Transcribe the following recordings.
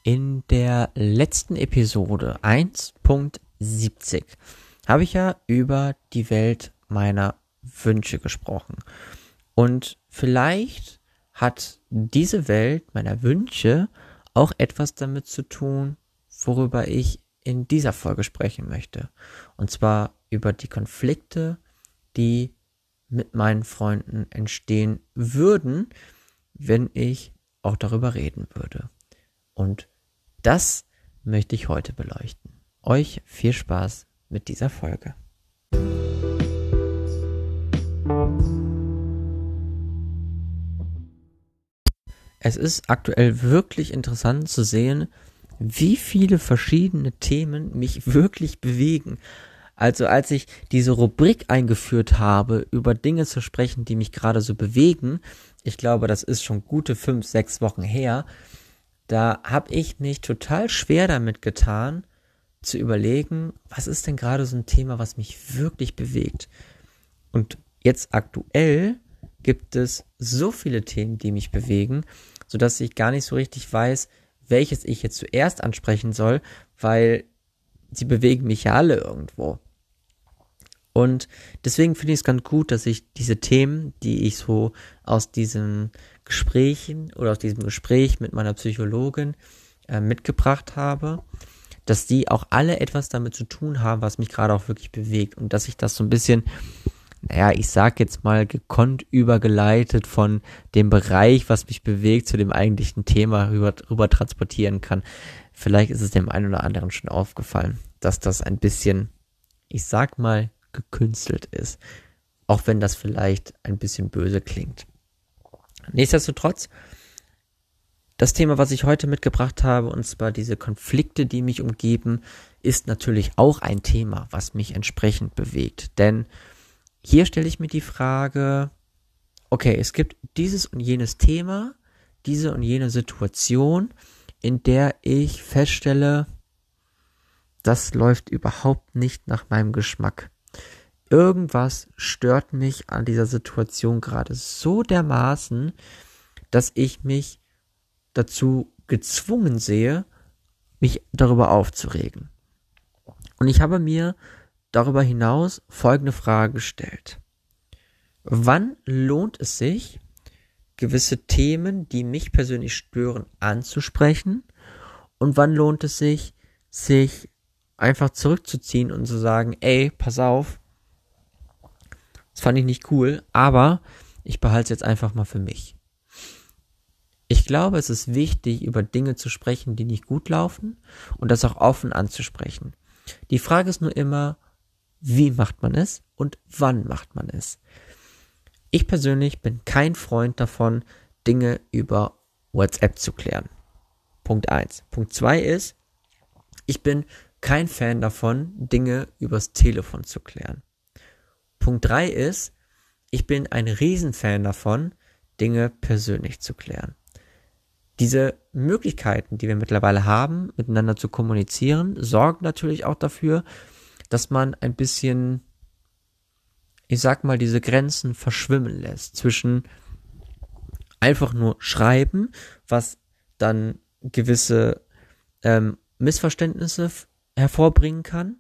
In der letzten Episode 1.70 habe ich ja über die Welt meiner Wünsche gesprochen. Und vielleicht hat diese Welt meiner Wünsche auch etwas damit zu tun, worüber ich in dieser Folge sprechen möchte. Und zwar über die Konflikte, die mit meinen Freunden entstehen würden, wenn ich auch darüber reden würde. Und das möchte ich heute beleuchten. Euch viel Spaß mit dieser Folge. Es ist aktuell wirklich interessant zu sehen, wie viele verschiedene Themen mich wirklich bewegen. Also als ich diese Rubrik eingeführt habe, über Dinge zu sprechen, die mich gerade so bewegen, ich glaube, das ist schon gute 5-6 Wochen her, da habe ich mich total schwer damit getan, zu überlegen, was ist denn gerade so ein Thema, was mich wirklich bewegt. Und jetzt aktuell gibt es so viele Themen, die mich bewegen, sodass ich gar nicht so richtig weiß, welches ich jetzt zuerst ansprechen soll, weil sie bewegen mich ja alle irgendwo. Und deswegen finde ich es ganz gut, dass ich diese Themen, die ich so aus diesen Gesprächen oder aus diesem Gespräch mit meiner Psychologin mitgebracht habe, dass die auch alle etwas damit zu tun haben, was mich gerade auch wirklich bewegt. Und dass ich das so ein bisschen, ich sag jetzt mal, gekonnt übergeleitet von dem Bereich, was mich bewegt, zu dem eigentlichen Thema rüber transportieren kann. Vielleicht ist es dem einen oder anderen schon aufgefallen, dass das ein bisschen, ich sag mal, gekünstelt ist. Auch wenn das vielleicht ein bisschen böse klingt. Nichtsdestotrotz, das Thema, was ich heute mitgebracht habe, und zwar diese Konflikte, die mich umgeben, ist natürlich auch ein Thema, was mich entsprechend bewegt. Denn hier stelle ich mir die Frage, okay, es gibt dieses und jenes Thema, diese und jene Situation, in der ich feststelle, das läuft überhaupt nicht nach meinem Geschmack. Irgendwas stört mich an dieser Situation gerade so dermaßen, dass ich mich dazu gezwungen sehe, mich darüber aufzuregen. Und ich habe mir darüber hinaus folgende Frage gestellt. Wann lohnt es sich, gewisse Themen, die mich persönlich stören, anzusprechen? Und wann lohnt es sich einfach zurückzuziehen und zu sagen, ey, pass auf, das fand ich nicht cool, aber ich behalte es jetzt einfach mal für mich. Ich glaube, es ist wichtig, über Dinge zu sprechen, die nicht gut laufen und das auch offen anzusprechen. Die Frage ist nur immer, wie macht man es und wann macht man es? Ich persönlich bin kein Freund davon, Dinge über WhatsApp zu klären. Punkt 1. Punkt 2 ist, ich bin kein Fan davon, Dinge übers Telefon zu klären. Punkt 3 ist, ich bin ein Riesenfan davon, Dinge persönlich zu klären. Diese Möglichkeiten, die wir mittlerweile haben, miteinander zu kommunizieren, sorgen natürlich auch dafür, dass man ein bisschen, ich sag mal, diese Grenzen verschwimmen lässt zwischen einfach nur schreiben, was dann gewisse Missverständnisse hervorbringen kann,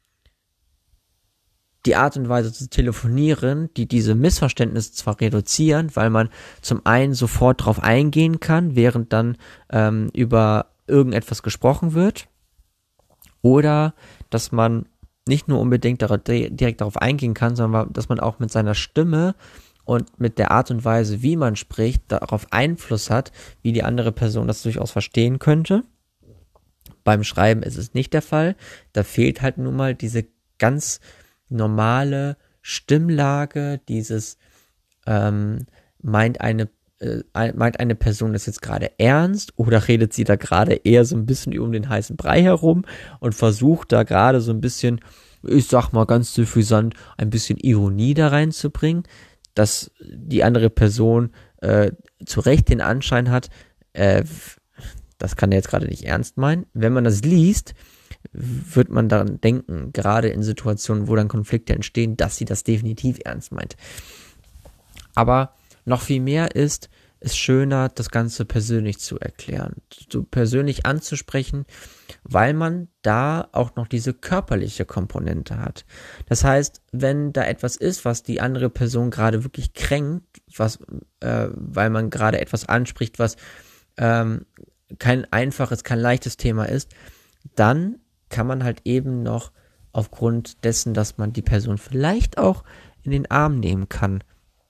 die Art und Weise zu telefonieren, die diese Missverständnisse zwar reduzieren, weil man zum einen sofort drauf eingehen kann, während dann über irgendetwas gesprochen wird, oder dass man nicht nur unbedingt direkt darauf eingehen kann, sondern dass man auch mit seiner Stimme und mit der Art und Weise, wie man spricht, darauf Einfluss hat, wie die andere Person das durchaus verstehen könnte. Beim Schreiben ist es nicht der Fall. Da fehlt halt nun mal diese ganz normale Stimmlage, dieses meint eine Person das jetzt gerade ernst oder redet sie da gerade eher so ein bisschen um den heißen Brei herum und versucht da gerade so ein bisschen, ich sag mal ganz suffisant, ein bisschen Ironie da reinzubringen, dass die andere Person zu Recht den Anschein hat, das kann er jetzt gerade nicht ernst meinen. Wenn man das liest, wird man daran denken, gerade in Situationen, wo dann Konflikte entstehen, dass sie das definitiv ernst meint. Aber noch viel mehr ist, es schöner, das Ganze persönlich zu erklären, so persönlich anzusprechen, weil man da auch noch diese körperliche Komponente hat. Das heißt, wenn da etwas ist, was die andere Person gerade wirklich kränkt, weil man gerade etwas anspricht, was kein einfaches, kein leichtes Thema ist, dann kann man halt eben noch aufgrund dessen, dass man die Person vielleicht auch in den Arm nehmen kann,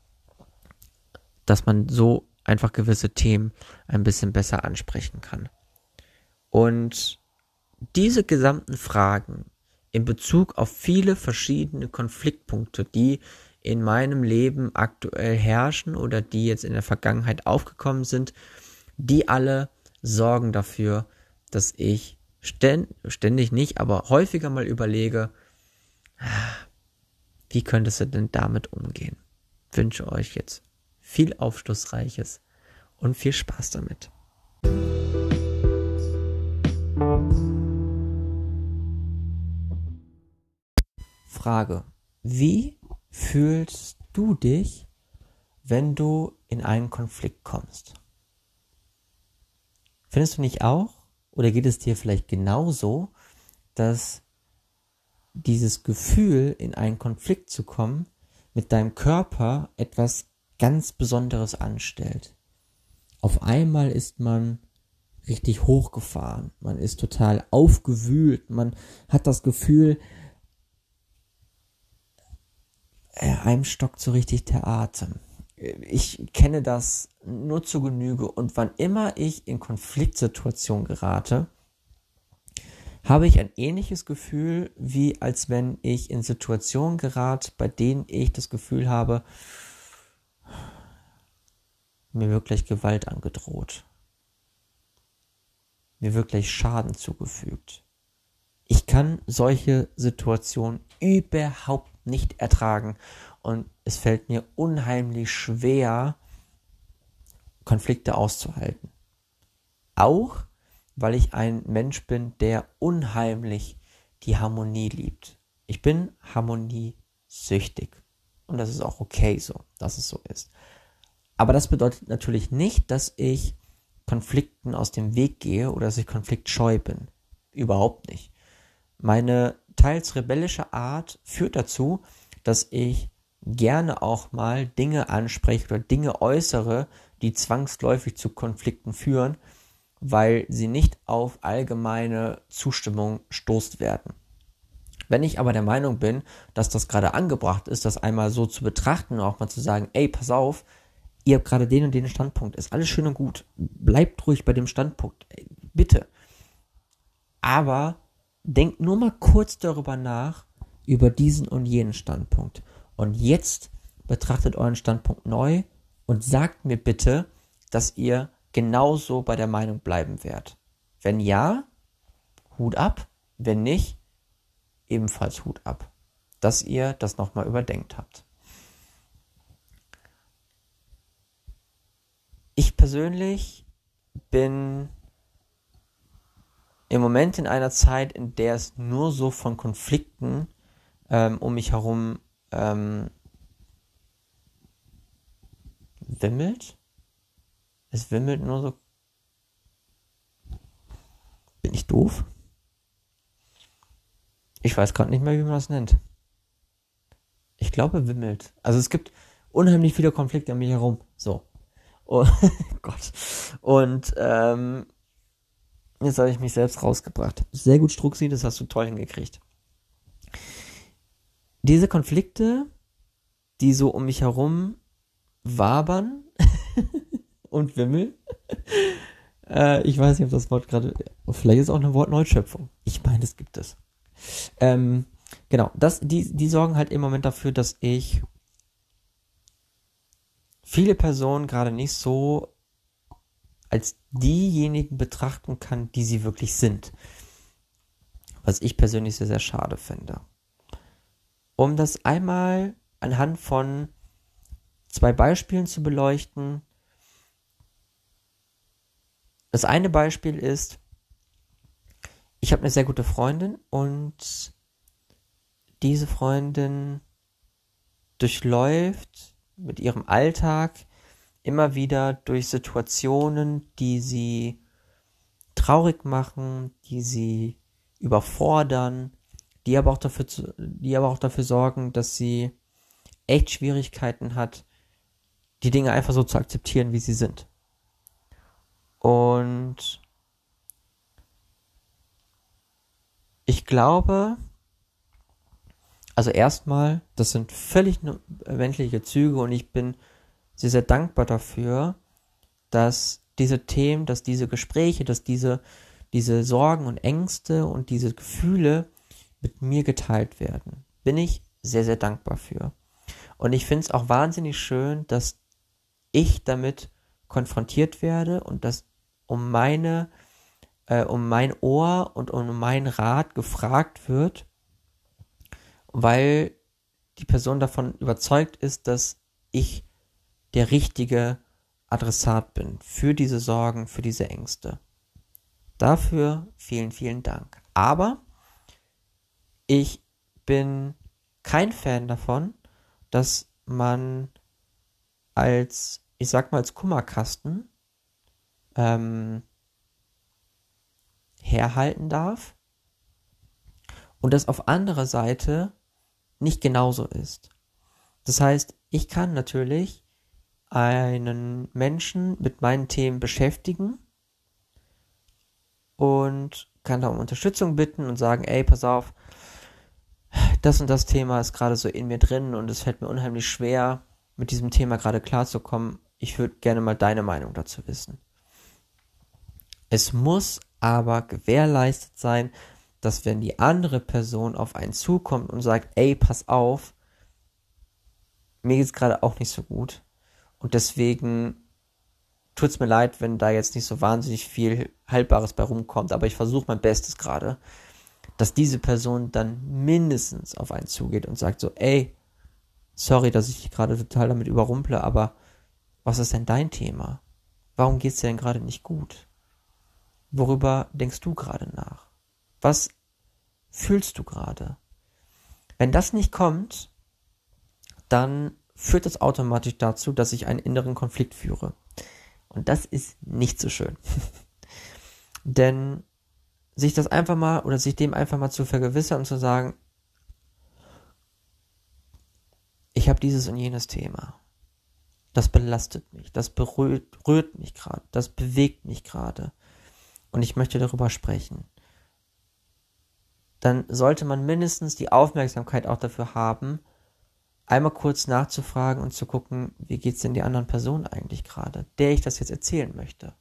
dass man so einfach gewisse Themen ein bisschen besser ansprechen kann. Und diese gesamten Fragen in Bezug auf viele verschiedene Konfliktpunkte, die in meinem Leben aktuell herrschen oder die jetzt in der Vergangenheit aufgekommen sind, die alle sorgen dafür, dass ich ständig nicht, aber häufiger mal überlege, wie könntest du denn damit umgehen? Ich wünsche euch jetzt viel Aufschlussreiches und viel Spaß damit. Frage: Wie fühlst du dich, wenn du in einen Konflikt kommst? Findest du nicht auch, oder geht es dir vielleicht genauso, dass dieses Gefühl, in einen Konflikt zu kommen, mit deinem Körper etwas ganz Besonderes anstellt? Auf einmal ist man richtig hochgefahren, man ist total aufgewühlt, man hat das Gefühl, einem stockt so richtig der Atem. Ich kenne das nur zur Genüge, und wann immer ich in Konfliktsituationen gerate, habe ich ein ähnliches Gefühl, wie als wenn ich in Situationen gerate, bei denen ich das Gefühl habe, mir wirklich Gewalt angedroht, mir wirklich Schaden zugefügt. Ich kann solche Situationen überhaupt nicht ertragen, und es fällt mir unheimlich schwer, Konflikte auszuhalten. Auch, weil ich ein Mensch bin, der unheimlich die Harmonie liebt. Ich bin harmoniesüchtig, und das ist auch okay so, dass es so ist. Aber das bedeutet natürlich nicht, dass ich Konflikten aus dem Weg gehe oder dass ich konfliktscheu bin. Überhaupt nicht. Meine teils rebellische Art führt dazu, dass ich gerne auch mal Dinge anspreche oder Dinge äußere, die zwangsläufig zu Konflikten führen, weil sie nicht auf allgemeine Zustimmung stoßen werden. Wenn ich aber der Meinung bin, dass das gerade angebracht ist, das einmal so zu betrachten und auch mal zu sagen, ey, pass auf, ihr habt gerade den und den Standpunkt, ist alles schön und gut, bleibt ruhig bei dem Standpunkt, ey, bitte. Aber denkt nur mal kurz darüber nach, über diesen und jenen Standpunkt. Und jetzt betrachtet euren Standpunkt neu und sagt mir bitte, dass ihr genauso bei der Meinung bleiben werdet. Wenn ja, Hut ab. Wenn nicht, ebenfalls Hut ab. Dass ihr das nochmal überdenkt habt. Ich persönlich bin im Moment in einer Zeit, in der es nur so von Konflikten um mich herum wimmelt. Es wimmelt nur so. Bin ich doof? Ich weiß gerade nicht mehr, wie man das nennt. Ich glaube, wimmelt. Also es gibt unheimlich viele Konflikte um mich herum. So. Oh Gott. Und jetzt habe ich mich selbst rausgebracht. Sehr gut, Struxi, das hast du toll hingekriegt. Diese Konflikte, die so um mich herum wabern und wimmeln, ich weiß nicht, ob das Wort gerade, vielleicht ist es auch eine Wortneuschöpfung. Ich meine, es gibt es. Genau, die sorgen halt im Moment dafür, dass ich viele Personen gerade nicht so als diejenigen betrachten kann, die sie wirklich sind. Was ich persönlich sehr, sehr schade finde. Um das einmal anhand von 2 Beispielen zu beleuchten. Das eine Beispiel ist, ich habe eine sehr gute Freundin, und diese Freundin durchläuft mit ihrem Alltag immer wieder durch Situationen, die sie traurig machen, die sie überfordern, die aber auch dafür sorgen, dass sie echt Schwierigkeiten hat, die Dinge einfach so zu akzeptieren, wie sie sind. Und ich glaube, also erstmal, das sind völlig menschliche Züge und ich bin sehr, sehr dankbar dafür, dass diese Themen, dass diese Gespräche, dass diese Sorgen und Ängste und diese Gefühle mit mir geteilt werden. Bin ich sehr, sehr dankbar für. Und ich finde es auch wahnsinnig schön, dass ich damit konfrontiert werde und dass um mein Ohr und um meinen Rat gefragt wird, weil die Person davon überzeugt ist, dass ich der richtige Adressat bin für diese Sorgen, für diese Ängste. Dafür vielen, vielen Dank. Aber ich bin kein Fan davon, dass man als Kummerkasten herhalten darf und das auf anderer Seite nicht genauso ist. Das heißt, ich kann natürlich einen Menschen mit meinen Themen beschäftigen und kann da um Unterstützung bitten und sagen, ey, pass auf, das und das Thema ist gerade so in mir drin und es fällt mir unheimlich schwer, mit diesem Thema gerade klarzukommen. Ich würde gerne mal deine Meinung dazu wissen. Es muss aber gewährleistet sein, dass wenn die andere Person auf einen zukommt und sagt, ey, pass auf, mir geht's gerade auch nicht so gut und deswegen tut's mir leid, wenn da jetzt nicht so wahnsinnig viel Haltbares bei rumkommt, aber ich versuche mein Bestes gerade, dass diese Person dann mindestens auf einen zugeht und sagt so, ey, sorry, dass ich dich gerade total damit überrumple, aber was ist denn dein Thema? Warum geht's dir denn gerade nicht gut? Worüber denkst du gerade nach? Was fühlst du gerade? Wenn das nicht kommt, dann führt das automatisch dazu, dass ich einen inneren Konflikt führe. Und das ist nicht so schön. Denn sich dem einfach mal zu vergewissern und zu sagen, ich habe dieses und jenes Thema. Das belastet mich, das berührt mich gerade, das bewegt mich gerade. Und ich möchte darüber sprechen. Dann sollte man mindestens die Aufmerksamkeit auch dafür haben, einmal kurz nachzufragen und zu gucken, wie geht's denn der anderen Person eigentlich gerade, der ich das jetzt erzählen möchte.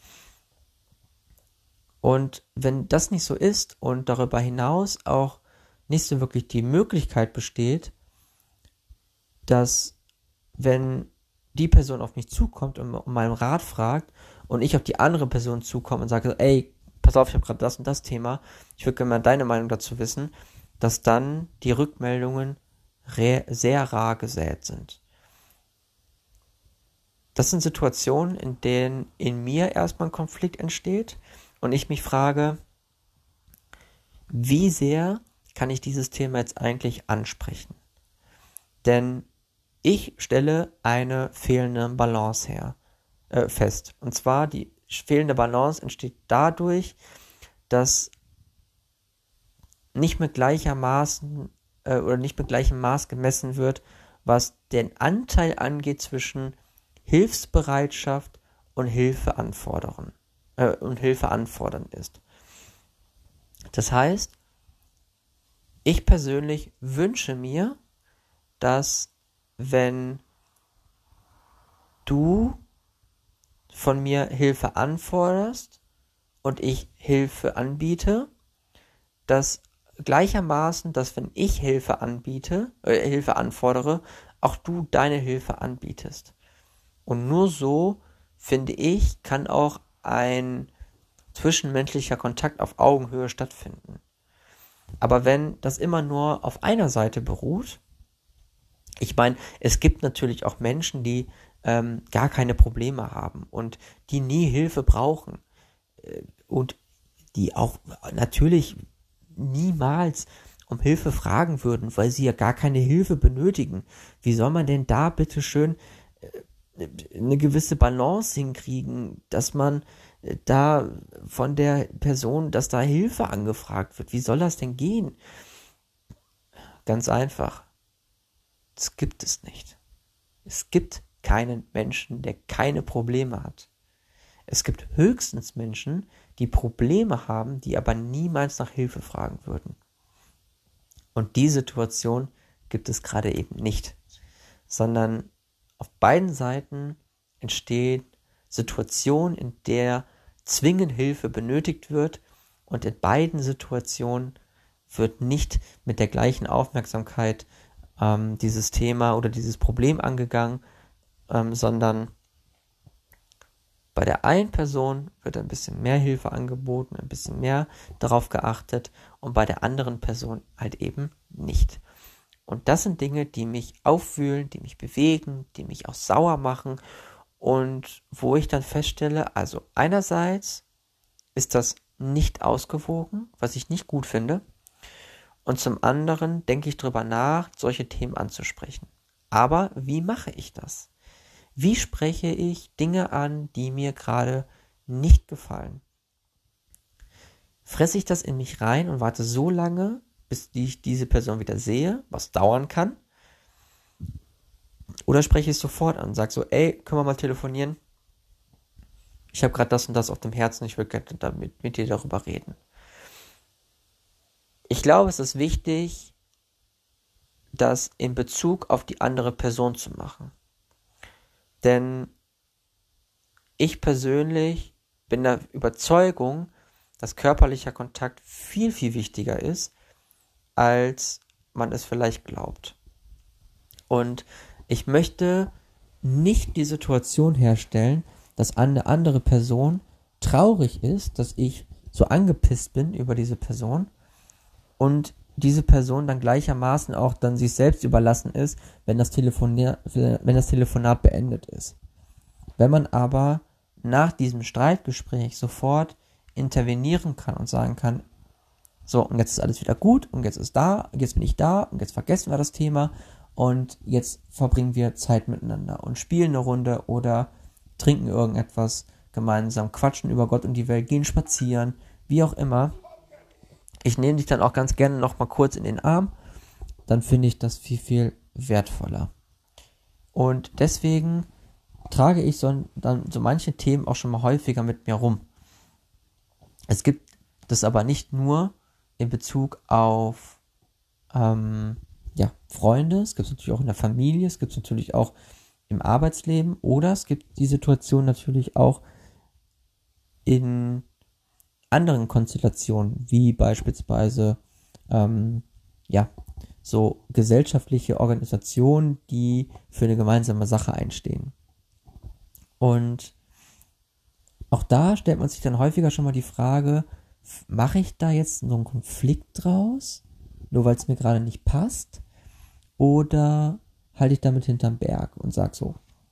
Und wenn das nicht so ist und darüber hinaus auch nicht so wirklich die Möglichkeit besteht, dass wenn die Person auf mich zukommt und um meinen Rat fragt und ich auf die andere Person zukomme und sage, ey, pass auf, ich habe gerade das und das Thema, ich würde gerne mal deine Meinung dazu wissen, dass dann die Rückmeldungen sehr rar gesät sind. Das sind Situationen, in denen in mir erstmal ein Konflikt entsteht und ich mich frage, wie sehr kann ich dieses Thema jetzt eigentlich ansprechen? Denn ich stelle eine fehlende Balance fest. Und zwar die fehlende Balance entsteht dadurch, dass nicht mit gleichem Maß gemessen wird, was den Anteil angeht zwischen Hilfsbereitschaft und Hilfe anfordern ist. Das heißt, ich persönlich wünsche mir, dass wenn du von mir Hilfe anforderst und ich Hilfe anbiete, dass gleichermaßen, dass wenn ich Hilfe anfordere, auch du deine Hilfe anbietest. Und nur so, finde ich, kann auch ein zwischenmenschlicher Kontakt auf Augenhöhe stattfinden. Aber wenn das immer nur auf einer Seite beruht, ich meine, es gibt natürlich auch Menschen, die gar keine Probleme haben und die nie Hilfe brauchen und die auch natürlich niemals um Hilfe fragen würden, weil sie ja gar keine Hilfe benötigen. Wie soll man denn da bitteschön eine gewisse Balance hinkriegen, dass man da von der Person, dass da Hilfe angefragt wird. Wie soll das denn gehen? Ganz einfach. Das gibt es nicht. Es gibt keinen Menschen, der keine Probleme hat. Es gibt höchstens Menschen, die Probleme haben, die aber niemals nach Hilfe fragen würden. Und die Situation gibt es gerade eben nicht, sondern auf beiden Seiten entsteht Situation, in der zwingend Hilfe benötigt wird, und in beiden Situationen wird nicht mit der gleichen Aufmerksamkeit dieses Thema oder dieses Problem angegangen, sondern bei der einen Person wird ein bisschen mehr Hilfe angeboten, ein bisschen mehr darauf geachtet, und bei der anderen Person halt eben nicht. Und das sind Dinge, die mich aufwühlen, die mich bewegen, die mich auch sauer machen, und wo ich dann feststelle, also einerseits ist das nicht ausgewogen, was ich nicht gut finde, und zum anderen denke ich drüber nach, solche Themen anzusprechen. Aber wie mache ich das? Wie spreche ich Dinge an, die mir gerade nicht gefallen? Fresse ich das in mich rein und warte so lange, bis ich diese Person wieder sehe, was dauern kann? Oder spreche ich es sofort an und sage so, ey, können wir mal telefonieren? Ich habe gerade das und das auf dem Herzen, ich würde gerne mit dir darüber reden. Ich glaube, es ist wichtig, das in Bezug auf die andere Person zu machen. Denn ich persönlich bin der Überzeugung, dass körperlicher Kontakt viel, viel wichtiger ist, als man es vielleicht glaubt. Und ich möchte nicht die Situation herstellen, dass eine andere Person traurig ist, dass ich so angepisst bin über diese Person, und diese Person dann gleichermaßen auch dann sich selbst überlassen ist, wenn das Telefonat beendet ist. Wenn man aber nach diesem Streitgespräch sofort intervenieren kann und sagen kann, so, und jetzt ist alles wieder gut, und jetzt bin ich da, und jetzt vergessen wir das Thema, und jetzt verbringen wir Zeit miteinander und spielen eine Runde oder trinken irgendetwas gemeinsam, quatschen über Gott und die Welt, gehen spazieren, wie auch immer. Ich nehme dich dann auch ganz gerne noch mal kurz in den Arm, dann finde ich das viel, viel wertvoller. Und deswegen trage ich dann so manche Themen auch schon mal häufiger mit mir rum. Es gibt das aber nicht nur in Bezug auf Freunde, es gibt es natürlich auch in der Familie, es gibt es natürlich auch im Arbeitsleben, oder es gibt die Situation natürlich auch in anderen Konstellationen, wie beispielsweise so gesellschaftliche Organisationen, die für eine gemeinsame Sache einstehen. Und auch da stellt man sich dann häufiger schon mal die Frage, mache ich da jetzt so einen Konflikt draus, nur weil es mir gerade nicht passt, oder halte ich damit hinterm Berg und sage so,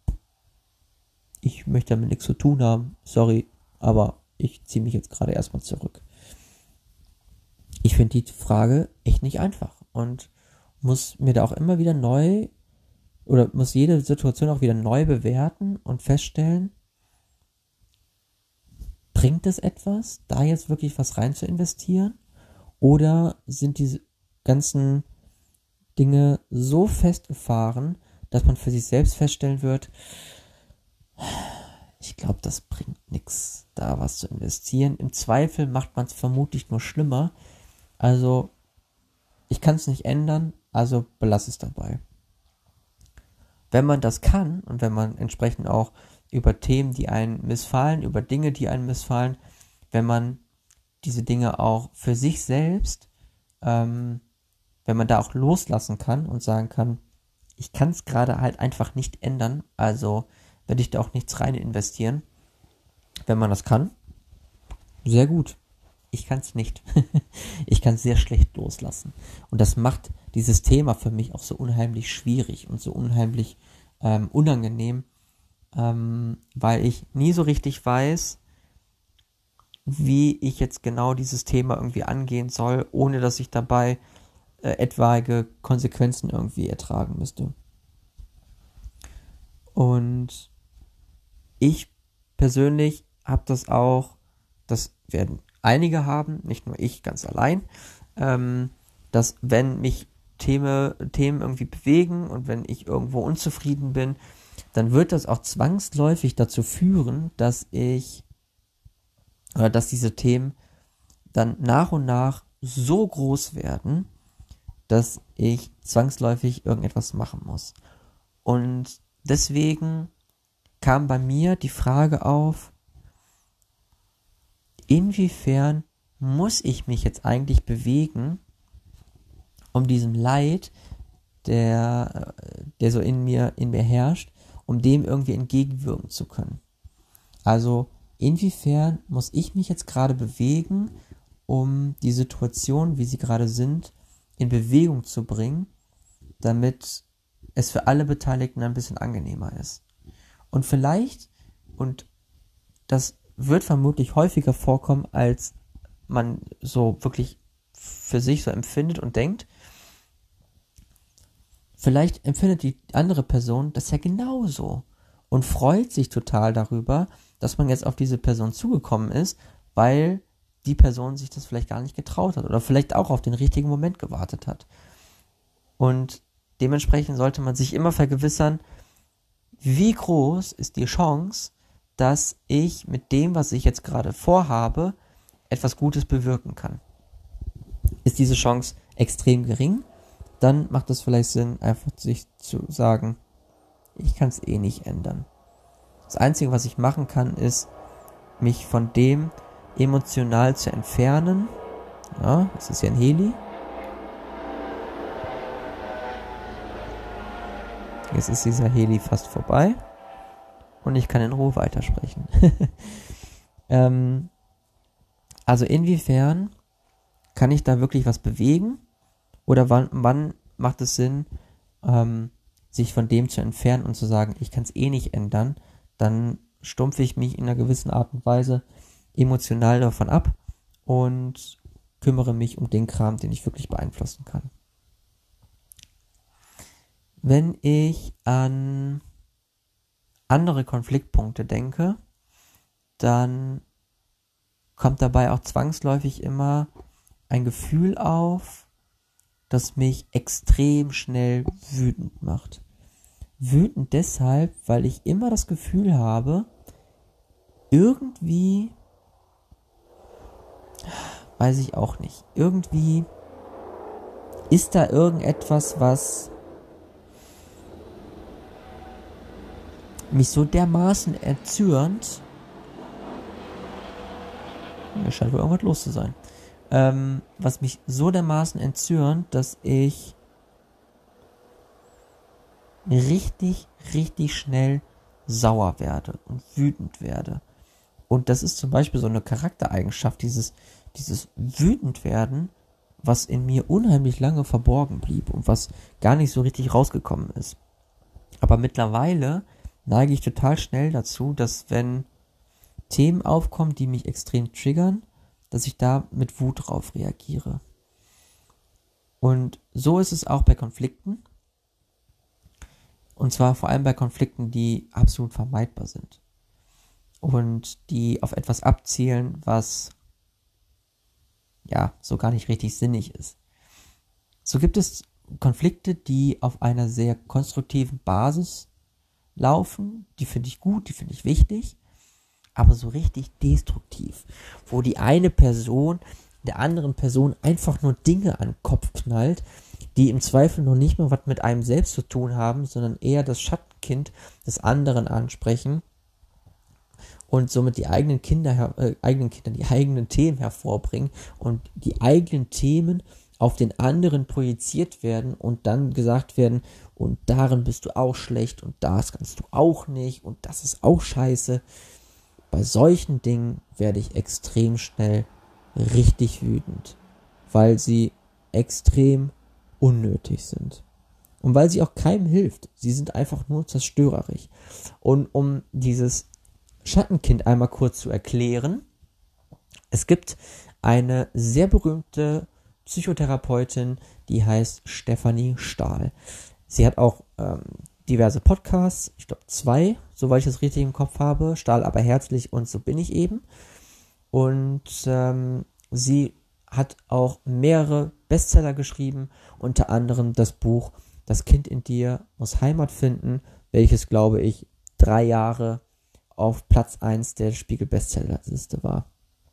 ich möchte damit nichts zu tun haben, sorry, aber ich ziehe mich jetzt gerade erstmal zurück. Ich finde die Frage echt nicht einfach und muss mir da auch immer wieder muss jede Situation auch wieder neu bewerten und feststellen, bringt es etwas, da jetzt wirklich was rein zu investieren, oder sind diese ganzen Dinge so festgefahren, dass man für sich selbst feststellen wird, ich glaube, das bringt nichts, da was zu investieren. Im Zweifel macht man es vermutlich nur schlimmer. Also, ich kann es nicht ändern, also belasse es dabei. Wenn man das kann und wenn man entsprechend auch über Themen, die einen missfallen, über Dinge, die einen missfallen, wenn man diese Dinge auch für sich selbst, wenn man da auch loslassen kann und sagen kann, ich kann es gerade halt einfach nicht ändern, also werde ich da auch nichts rein investieren. Wenn man das kann, sehr gut. Ich kann es nicht. Ich kann es sehr schlecht loslassen. Und das macht dieses Thema für mich auch so unheimlich schwierig und so unheimlich unangenehm, weil ich nie so richtig weiß, wie ich jetzt genau dieses Thema irgendwie angehen soll, ohne dass ich dabei etwaige Konsequenzen irgendwie ertragen müsste. Und ich persönlich habe das auch, das werden einige haben, nicht nur ich ganz allein, dass wenn mich Themen irgendwie bewegen und wenn ich irgendwo unzufrieden bin, dann wird das auch zwangsläufig dazu führen, dass diese Themen dann nach und nach so groß werden, dass ich zwangsläufig irgendetwas machen muss. Und deswegen kam bei mir die Frage auf, inwiefern muss ich mich jetzt eigentlich bewegen, um diesem Leid, der so in mir herrscht, um dem irgendwie entgegenwirken zu können. Also inwiefern muss ich mich jetzt gerade bewegen, um die Situation, wie sie gerade sind, in Bewegung zu bringen, damit es für alle Beteiligten ein bisschen angenehmer ist. Und vielleicht, und das wird vermutlich häufiger vorkommen, als man so wirklich für sich so empfindet und denkt, vielleicht empfindet die andere Person das ja genauso und freut sich total darüber, dass man jetzt auf diese Person zugekommen ist, weil die Person sich das vielleicht gar nicht getraut hat oder vielleicht auch auf den richtigen Moment gewartet hat. Und dementsprechend sollte man sich immer vergewissern, wie groß ist die Chance, dass ich mit dem, was ich jetzt gerade vorhabe, etwas Gutes bewirken kann. Ist diese Chance extrem gering, dann macht es vielleicht Sinn, einfach sich zu sagen, ich kann es eh nicht ändern. Das Einzige, was ich machen kann, ist, mich von dem emotional zu entfernen. Ja, das ist ja ein Heli. Jetzt ist dieser Heli fast vorbei und ich kann in Ruhe weitersprechen. Also inwiefern kann ich da wirklich was bewegen? Oder wann macht es Sinn, sich von dem zu entfernen und zu sagen, ich kann es eh nicht ändern, dann stumpfe ich mich in einer gewissen Art und Weise emotional davon ab und kümmere mich um den Kram, den ich wirklich beeinflussen kann. Wenn ich an andere Konfliktpunkte denke, dann kommt dabei auch zwangsläufig immer ein Gefühl auf, das mich extrem schnell wütend macht. Wütend deshalb, weil ich immer das Gefühl habe, irgendwie, weiß ich auch nicht, irgendwie ist da irgendetwas, was mich so dermaßen erzürnt, mir scheint wohl irgendwas los zu sein, was mich so dermaßen entzürnt, dass ich richtig, richtig schnell sauer werde und wütend werde. Und das ist zum Beispiel so eine Charaktereigenschaft, dieses wütend werden, was in mir unheimlich lange verborgen blieb und was gar nicht so richtig rausgekommen ist. Aber mittlerweile neige ich total schnell dazu, dass wenn Themen aufkommen, die mich extrem triggern, dass ich da mit Wut drauf reagiere. Und so ist es auch bei Konflikten. Und zwar vor allem bei Konflikten, die absolut vermeidbar sind. Und die auf etwas abzielen, was ja so gar nicht richtig sinnig ist. So gibt es Konflikte, die auf einer sehr konstruktiven Basis laufen. Die finde ich gut, die finde ich wichtig. Aber so richtig destruktiv, wo die eine Person der anderen Person einfach nur Dinge an den Kopf knallt, die im Zweifel noch nicht mal was mit einem selbst zu tun haben, sondern eher das Schattenkind des anderen ansprechen und somit die eigenen Kinder, die eigenen Themen hervorbringen und die eigenen Themen auf den anderen projiziert werden und dann gesagt werden, und darin bist du auch schlecht und das kannst du auch nicht und das ist auch scheiße. Bei solchen Dingen werde ich extrem schnell richtig wütend, weil sie extrem unnötig sind. Und weil sie auch keinem hilft. Sie sind einfach nur zerstörerisch. Und um dieses Schattenkind einmal kurz zu erklären, es gibt eine sehr berühmte Psychotherapeutin, die heißt Stefanie Stahl. Sie hat auch diverse Podcasts, ich glaube 2, soweit ich das richtig im Kopf habe, Stahl aber herzlich und so bin ich eben. Und sie hat auch mehrere Bestseller geschrieben, unter anderem das Buch Das Kind in dir muss Heimat finden, welches, glaube ich, 3 Jahre auf Platz 1 der Spiegel-Bestsellerliste war.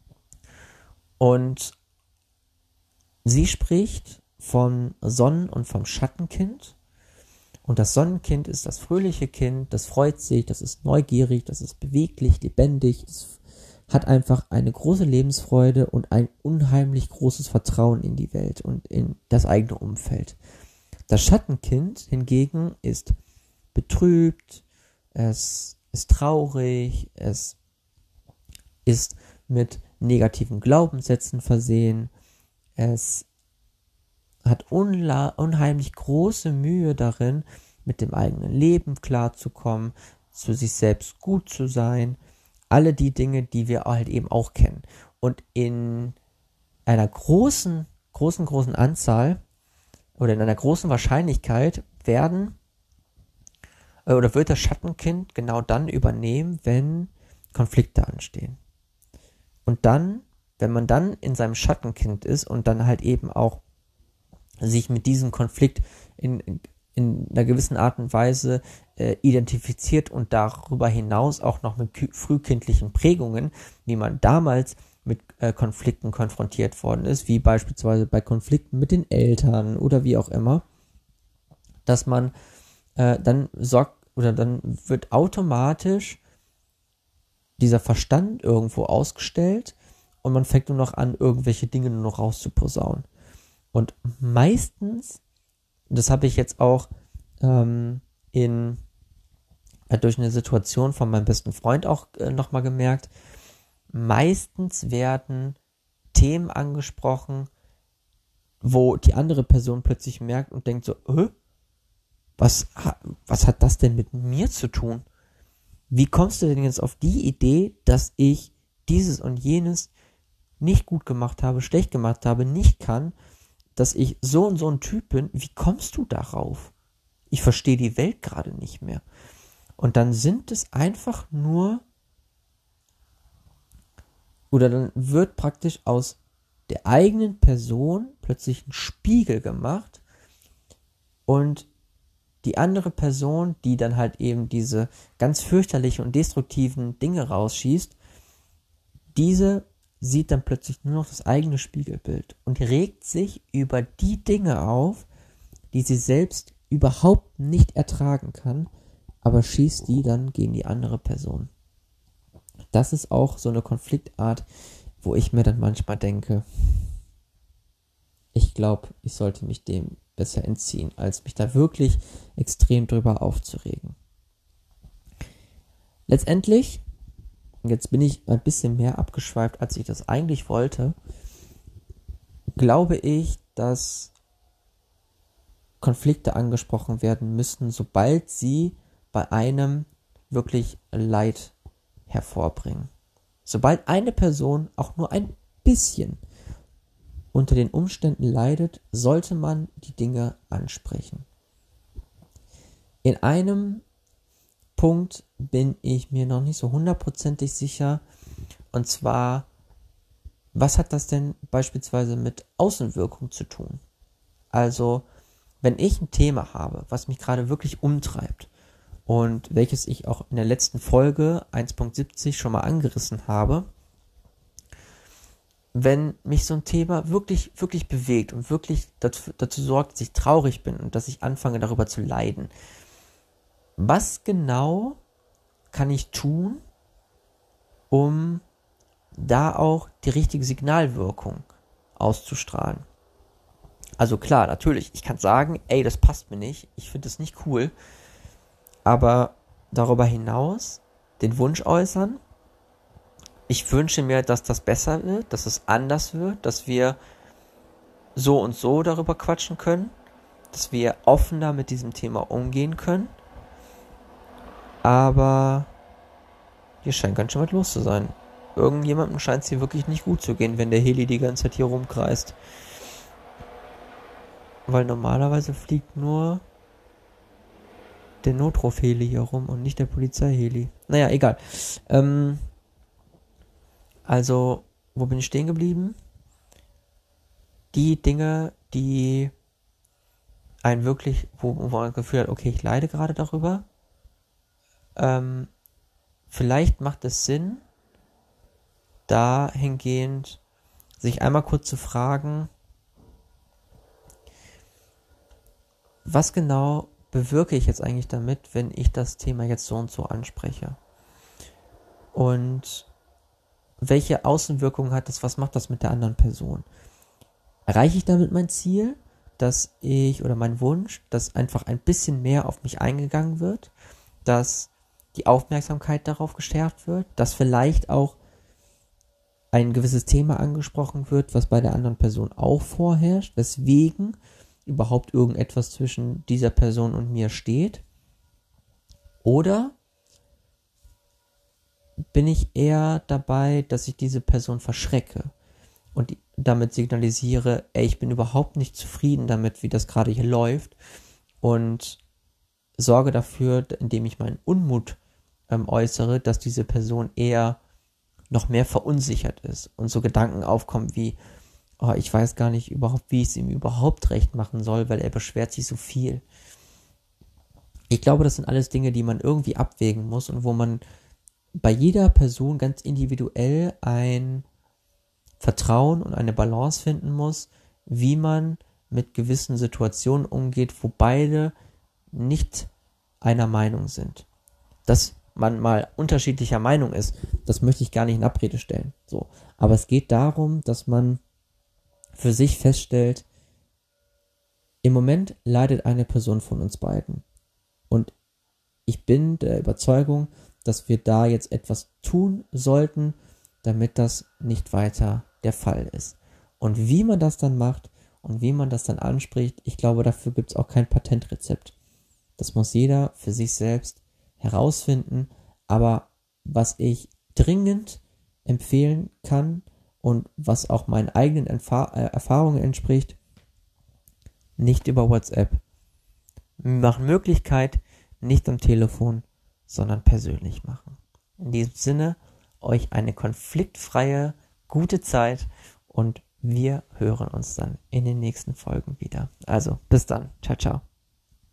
Und sie spricht vom Sonnen- und vom Schattenkind. Und das Sonnenkind ist das fröhliche Kind, das freut sich, das ist neugierig, das ist beweglich, lebendig, es hat einfach eine große Lebensfreude und ein unheimlich großes Vertrauen in die Welt und in das eigene Umfeld. Das Schattenkind hingegen ist betrübt, es ist traurig, es ist mit negativen Glaubenssätzen versehen, es hat unheimlich große Mühe darin, mit dem eigenen Leben klarzukommen, zu sich selbst gut zu sein, alle die Dinge, die wir halt eben auch kennen. Und in einer großen Anzahl oder in einer großen Wahrscheinlichkeit wird das Schattenkind genau dann übernehmen, wenn Konflikte anstehen. Und dann, wenn man dann in seinem Schattenkind ist und dann halt eben auch sich mit diesem Konflikt in einer gewissen Art und Weise identifiziert und darüber hinaus auch noch mit frühkindlichen Prägungen, wie man damals mit Konflikten konfrontiert worden ist, wie beispielsweise bei Konflikten mit den Eltern oder wie auch immer, dass man dann wird automatisch dieser Verstand irgendwo ausgestellt und man fängt nur noch an, irgendwelche Dinge nur noch rauszuposaunen. Und meistens, das habe ich jetzt auch durch eine Situation von meinem besten Freund auch nochmal gemerkt, meistens werden Themen angesprochen, wo die andere Person plötzlich merkt und denkt so, was hat das denn mit mir zu tun? Wie kommst du denn jetzt auf die Idee, dass ich dieses und jenes nicht gut gemacht habe, schlecht gemacht habe, nicht kann, dass ich so und so ein Typ bin? Wie kommst du darauf? Ich verstehe die Welt gerade nicht mehr. Und dann sind es einfach nur, oder dann wird praktisch aus der eigenen Person plötzlich ein Spiegel gemacht und die andere Person, die dann halt eben diese ganz fürchterlichen und destruktiven Dinge rausschießt, diese sieht dann plötzlich nur noch das eigene Spiegelbild und regt sich über die Dinge auf, die sie selbst überhaupt nicht ertragen kann, aber schießt die dann gegen die andere Person. Das ist auch so eine Konfliktart, wo ich mir dann manchmal denke, ich glaube, ich sollte mich dem besser entziehen, als mich da wirklich extrem drüber aufzuregen. Letztendlich, jetzt bin ich ein bisschen mehr abgeschweift, als ich das eigentlich wollte, glaube ich, dass Konflikte angesprochen werden müssen, sobald sie bei einem wirklich Leid hervorbringen. Sobald eine Person auch nur ein bisschen unter den Umständen leidet, sollte man die Dinge ansprechen. In einem Punkt bin ich mir noch nicht so hundertprozentig sicher, und zwar, was hat das denn beispielsweise mit Außenwirkung zu tun? Also, wenn ich ein Thema habe, was mich gerade wirklich umtreibt und welches ich auch in der letzten Folge 1.70 schon mal angerissen habe, wenn mich so ein Thema wirklich, wirklich bewegt und wirklich dazu sorgt, dass ich traurig bin und dass ich anfange, darüber zu leiden, was genau kann ich tun, um da auch die richtige Signalwirkung auszustrahlen? Also klar, natürlich, ich kann sagen, ey, das passt mir nicht, ich finde das nicht cool, aber darüber hinaus den Wunsch äußern, ich wünsche mir, dass das besser wird, dass es anders wird, dass wir so und so darüber quatschen können, dass wir offener mit diesem Thema umgehen können. Aber hier scheint ganz schön was los zu sein. Irgendjemandem scheint es hier wirklich nicht gut zu gehen, wenn der Heli die ganze Zeit hier rumkreist. Weil normalerweise fliegt nur der Notruf-Heli hier rum und nicht der Polizei-Heli. Naja, egal. Also, wo bin ich stehen geblieben? Die Dinge, die einen wirklich, wo man das Gefühl hat, okay, ich leide gerade darüber. Vielleicht macht es Sinn, dahingehend sich einmal kurz zu fragen, was genau bewirke ich jetzt eigentlich damit, wenn ich das Thema jetzt so und so anspreche? Und welche Außenwirkungen hat das, was macht das mit der anderen Person? Erreiche ich damit mein Ziel, dass ich, oder mein Wunsch, dass einfach ein bisschen mehr auf mich eingegangen wird, dass die Aufmerksamkeit darauf geschärft wird, dass vielleicht auch ein gewisses Thema angesprochen wird, was bei der anderen Person auch vorherrscht, weswegen überhaupt irgendetwas zwischen dieser Person und mir steht? Oder bin ich eher dabei, dass ich diese Person verschrecke und damit signalisiere, ey, ich bin überhaupt nicht zufrieden damit, wie das gerade hier läuft, und sorge dafür, indem ich meinen Unmut äußere, dass diese Person eher noch mehr verunsichert ist und so Gedanken aufkommen wie, oh, ich weiß gar nicht überhaupt, wie ich es ihm überhaupt recht machen soll, weil er beschwert sich so viel. Ich glaube, das sind alles Dinge, die man irgendwie abwägen muss und wo man bei jeder Person ganz individuell ein Vertrauen und eine Balance finden muss, wie man mit gewissen Situationen umgeht, wo beide nicht einer Meinung sind. Dass man mal unterschiedlicher Meinung ist, das möchte ich gar nicht in Abrede stellen. So. Aber es geht darum, dass man für sich feststellt, im Moment leidet eine Person von uns beiden. Und ich bin der Überzeugung, dass wir da jetzt etwas tun sollten, damit das nicht weiter der Fall ist. Und wie man das dann macht und wie man das dann anspricht, ich glaube, dafür gibt es auch kein Patentrezept. Das muss jeder für sich selbst herausfinden, aber was ich dringend empfehlen kann und was auch meinen eigenen Erfahrungen entspricht, nicht über WhatsApp. Nach Möglichkeit nicht am Telefon, sondern persönlich machen. In diesem Sinne, euch eine konfliktfreie, gute Zeit und wir hören uns dann in den nächsten Folgen wieder. Also, bis dann. Ciao, ciao.